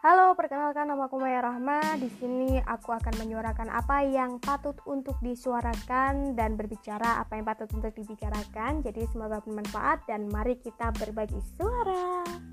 Halo, perkenalkan nama aku Maya Rahma. Di sini aku akan menyuarakan apa yang patut untuk disuarakan dan berbicara apa yang patut untuk dibicarakan. Jadi semoga bermanfaat dan mari kita berbagi suara.